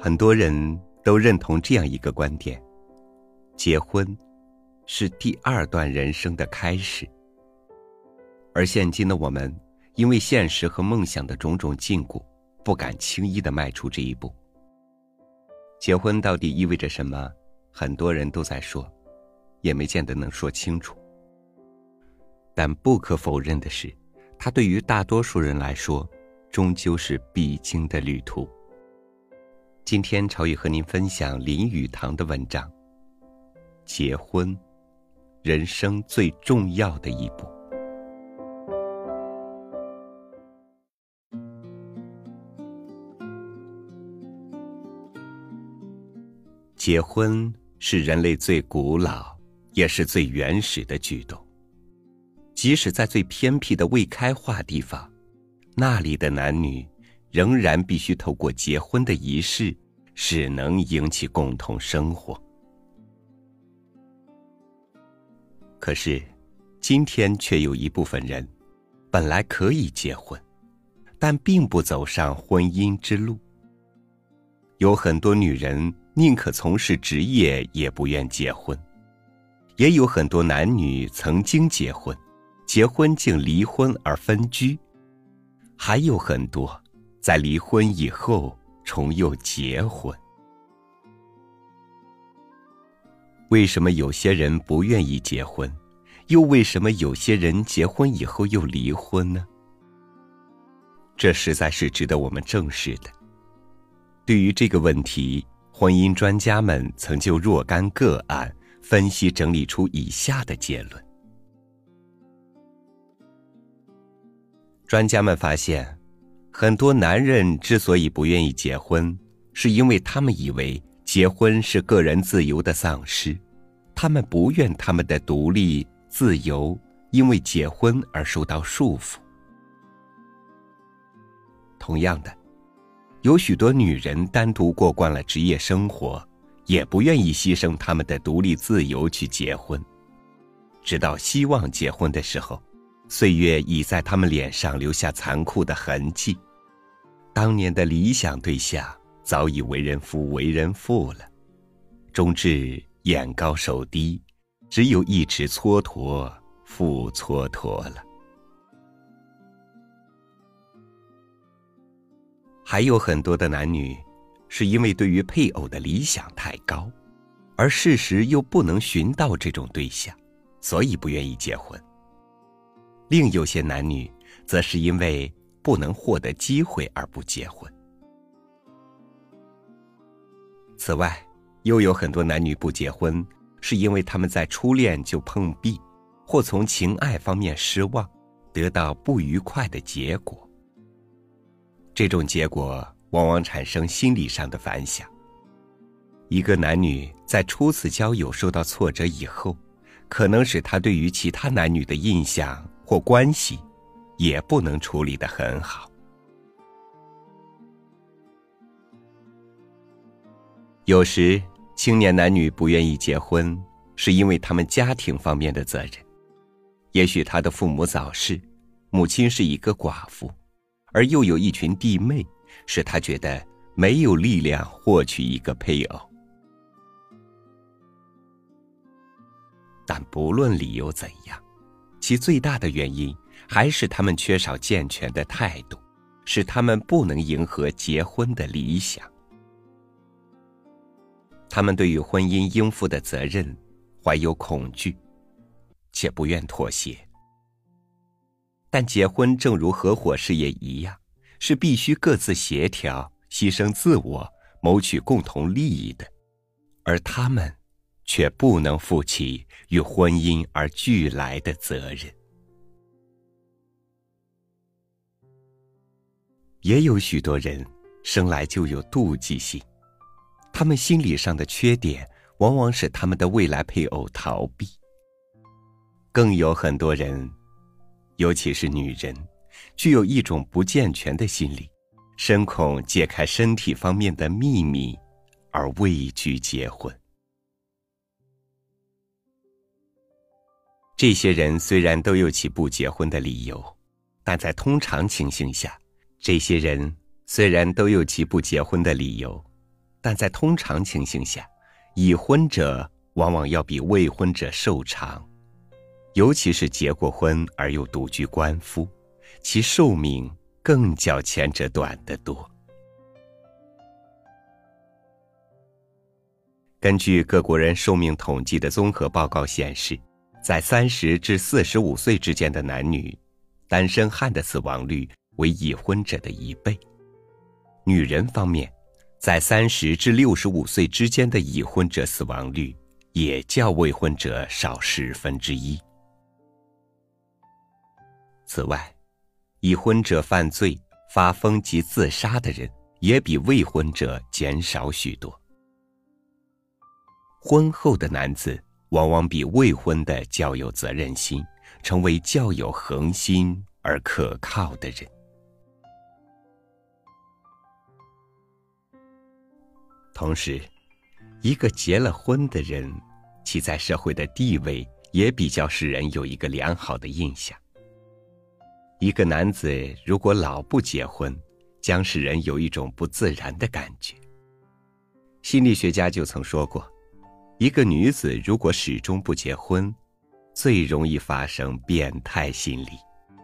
很多人都认同这样一个观点：结婚是第二段人生的开始。而现今的我们，因为现实和梦想的种种禁锢，不敢轻易地迈出这一步。结婚到底意味着什么？很多人都在说，也没见得能说清楚。但不可否认的是，它对于大多数人来说，终究是必经的旅途。今天朝宇和您分享林语堂的文章：结婚，人生最重要的一步。结婚是人类最古老也是最原始的举动。即使在最偏僻的未开化地方，那里的男女仍然必须透过结婚的仪式，使能引起共同生活。可是今天却有一部分人本来可以结婚，但并不走上婚姻之路。有很多女人宁可从事职业也不愿结婚，也有很多男女曾经结婚，结婚竟离婚而分居，还有很多在离婚以后重又结婚。为什么有些人不愿意结婚，又为什么有些人结婚以后又离婚呢？这实在是值得我们正视的。对于这个问题，婚姻专家们曾就若干个案分析整理出以下的结论。专家们发现，很多男人之所以不愿意结婚，是因为他们以为结婚是个人自由的丧失，他们不愿他们的独立自由因为结婚而受到束缚。同样的，有许多女人单独过惯了职业生活，也不愿意牺牲她们的独立自由去结婚。直到希望结婚的时候，岁月已在她们脸上留下残酷的痕迹。当年的理想对象早已为人夫为人妇了，终至眼高手低，只有一直蹉跎复蹉跎了。还有很多的男女是因为对于配偶的理想太高，而事实又不能寻到这种对象，所以不愿意结婚。另有些男女则是因为不能获得机会而不结婚。此外，又有很多男女不结婚，是因为他们在初恋就碰壁，或从情爱方面失望，得到不愉快的结果。这种结果往往产生心理上的反响。一个男女在初次交友受到挫折以后，可能使他对于其他男女的印象或关系也不能处理得很好。有时青年男女不愿意结婚，是因为他们家庭方面的责任。也许他的父母早逝，母亲是一个寡妇，而又有一群弟妹，使他觉得没有力量获取一个配偶。但不论理由怎样，其最大的原因还是他们缺少健全的态度，使他们不能迎合结婚的理想。他们对于婚姻应负的责任怀有恐惧，且不愿妥协。但结婚正如合伙事业一样，是必须各自协调，牺牲自我，谋取共同利益的，而他们却不能负起与婚姻而俱来的责任。也有许多人生来就有妒忌心，他们心理上的缺点往往使他们的未来配偶逃避。更有很多人，尤其是女人，具有一种不健全的心理，深恐揭开身体方面的秘密，而畏惧结婚。这些人虽然都有其不结婚的理由，但在通常情形下， 但在通常情形下，已婚者往往要比未婚者寿长，尤其是结过婚而又独居官夫，其寿命更较前者短得多。根据各国人寿命统计的综合报告显示，在30至45岁之间的男女，单身汉的死亡率为已婚者的1倍。女人方面，在30至65岁之间的已婚者死亡率也较未婚者少1/10。此外，已婚者犯罪、发疯及自杀的人也比未婚者减少许多。婚后的男子往往比未婚的较有责任心，成为较有恒心而可靠的人。同时，一个结了婚的人，其在社会的地位也比较使人有一个良好的印象。一个男子如果老不结婚，将使人有一种不自然的感觉。心理学家就曾说过，一个女子如果始终不结婚，最容易发生变态心理。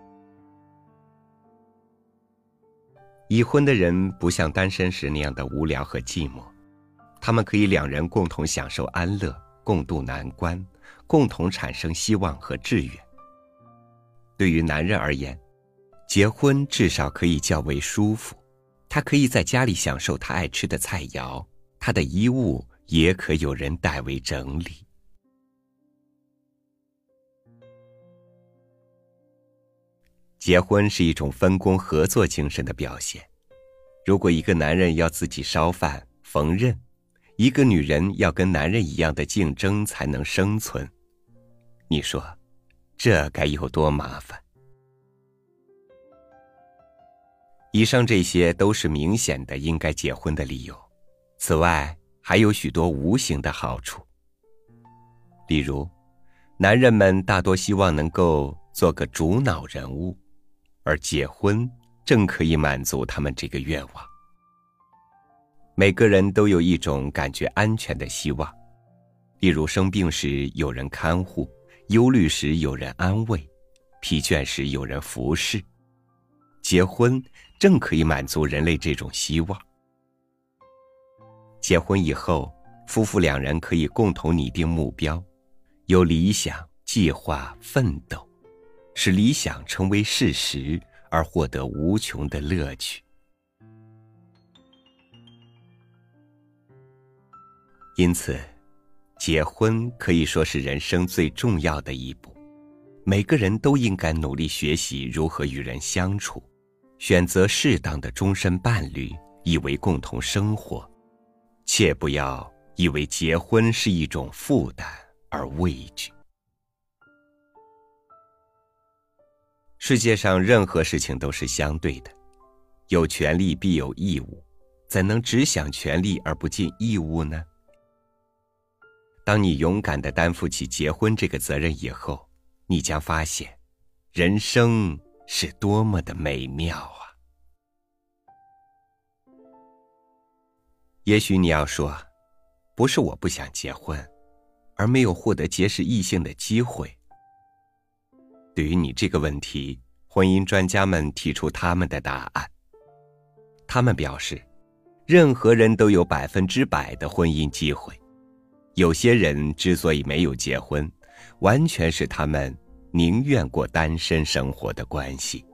已婚的人不像单身时那样的无聊和寂寞，他们可以2人共同享受安乐，共度难关，共同产生希望和志愿。对于男人而言，结婚至少可以较为舒服，他可以在家里享受他爱吃的菜肴，他的衣物也可有人代为整理。结婚是一种分工合作精神的表现。如果一个男人要自己烧饭、缝纫，一个女人要跟男人一样的竞争才能生存，你说，这该有多麻烦？以上这些都是明显的应该结婚的理由，此外还有许多无形的好处。例如，男人们大多希望能够做个主脑人物，而结婚正可以满足他们这个愿望。每个人都有一种感觉安全的希望，例如生病时有人看护，忧虑时有人安慰，疲倦时有人服侍。结婚正可以满足人类这种希望。结婚以后，夫妇2人可以共同拟定目标，有理想、计划、奋斗，使理想成为事实，而获得无穷的乐趣。因此，结婚可以说是人生最重要的一步。每个人都应该努力学习如何与人相处，选择适当的终身伴侣，以为共同生活，切不要以为结婚是一种负担而畏惧。世界上任何事情都是相对的，有权利必有义务，怎能只想权利而不尽义务呢？当你勇敢地担负起结婚这个责任以后，你将发现，人生是多么的美妙啊！也许你要说，不是我不想结婚，而没有获得结识异性的机会。对于你这个问题，婚姻专家们提出他们的答案。他们表示，任何人都有100%的婚姻机会。有些人之所以没有结婚，完全是他们宁愿过单身生活的关系。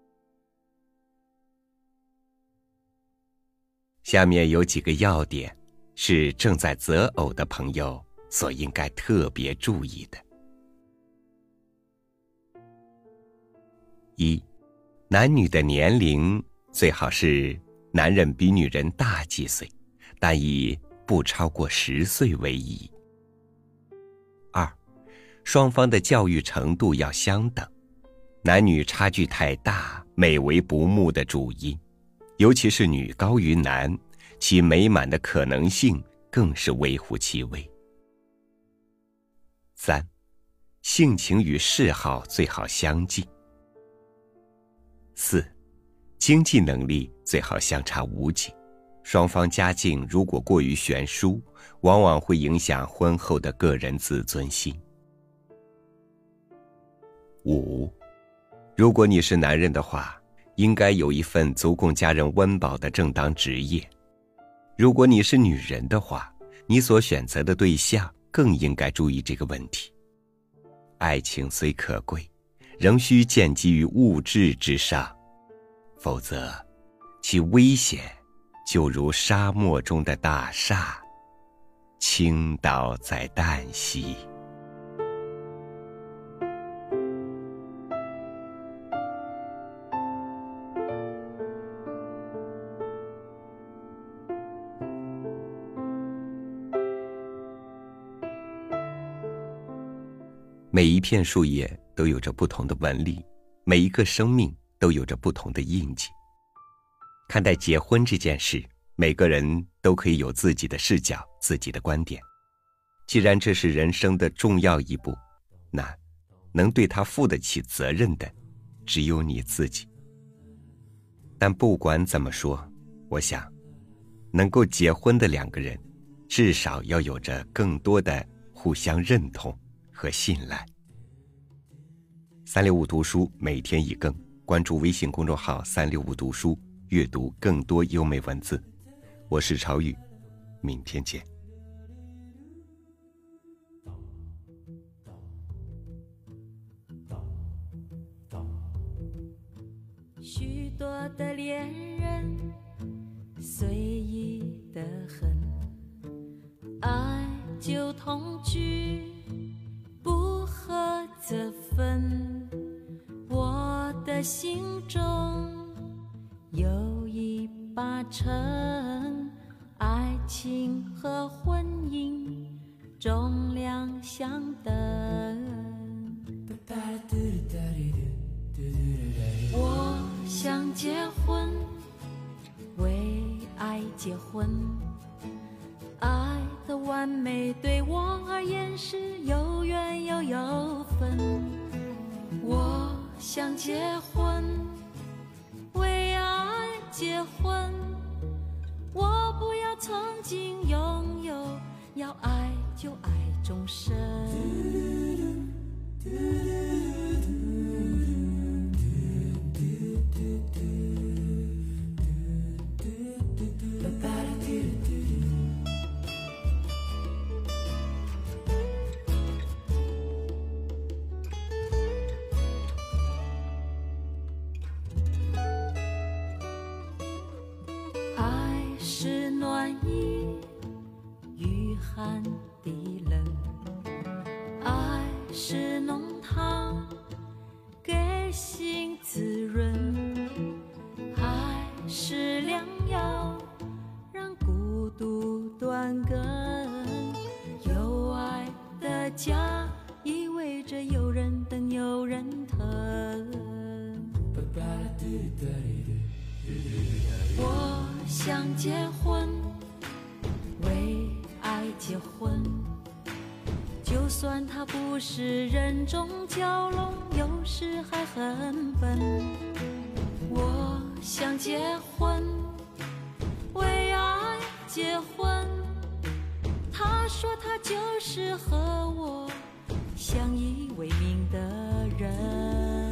下面有几个要点，是正在择偶的朋友所应该特别注意的。1，男女的年龄最好是男人比女人大几岁，但以不超过10岁为宜。2，双方的教育程度要相等，男女差距太大，美为不睦的主因，尤其是女高于男，其美满的可能性更是微乎其微。3，性情与嗜好最好相近。4，经济能力最好相差无几， 双方家境如果过于悬殊，往往会影响婚后的个人自尊心。5. 如果你是男人的话，应该有一份足供家人温饱的正当职业。如果你是女人的话，你所选择的对象更应该注意这个问题。爱情虽可贵，仍需建基于物质之上，否则其危险就如沙漠中的大厦，倾倒在旦夕。每一片树叶都有着不同的纹理，每一个生命都有着不同的印记。看待结婚这件事，每个人都可以有自己的视角，自己的观点。既然这是人生的重要一步，那能对他负得起责任的，只有你自己。但不管怎么说，我想，能够结婚的两个人，至少要有着更多的互相认同和信赖。365读书每天一更，关注微信公众号365读书，阅读更多优美文字。我是朝宇，明天见。 许多的恋人随意的很，爱就同居，不合则分。我的心中有一把秤，爱情和婚姻重量相等。我想结婚，为爱结婚，爱的完美对我而言是有缘又有分。我想结婚，为爱结婚，我不要曾经拥有，要爱就爱终身。爱是暖意，御寒地冷，爱是浓汤，给心滋润，爱是良药，让孤独断根。有爱的家，意味着有人等，有人疼。我想结婚，为爱结婚，就算他不是人中蛟龙，有时还很笨。我想结婚，为爱结婚，他说他就是和我相依为命的人。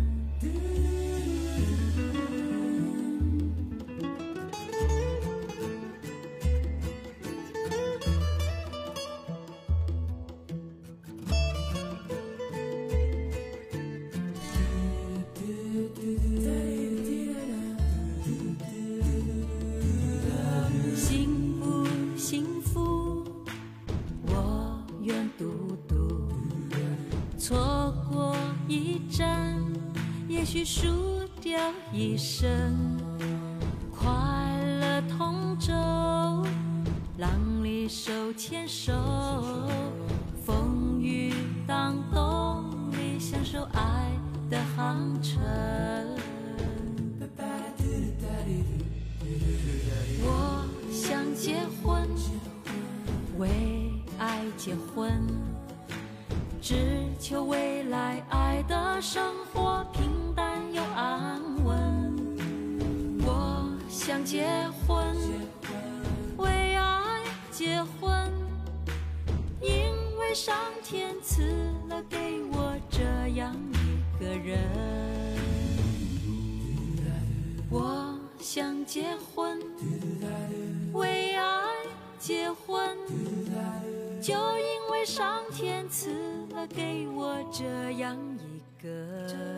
幸不幸福，我愿独独。错过一站，也许输掉一生。快乐同舟，浪里手牵手，风雨当动力，享受爱的航程。我想结婚，为爱结婚，只求未来爱的生活平淡又安稳。我想结婚， 为上天赐了给我这样一个人。我想结婚，为爱结婚，就因为上天赐了给我这样一个人。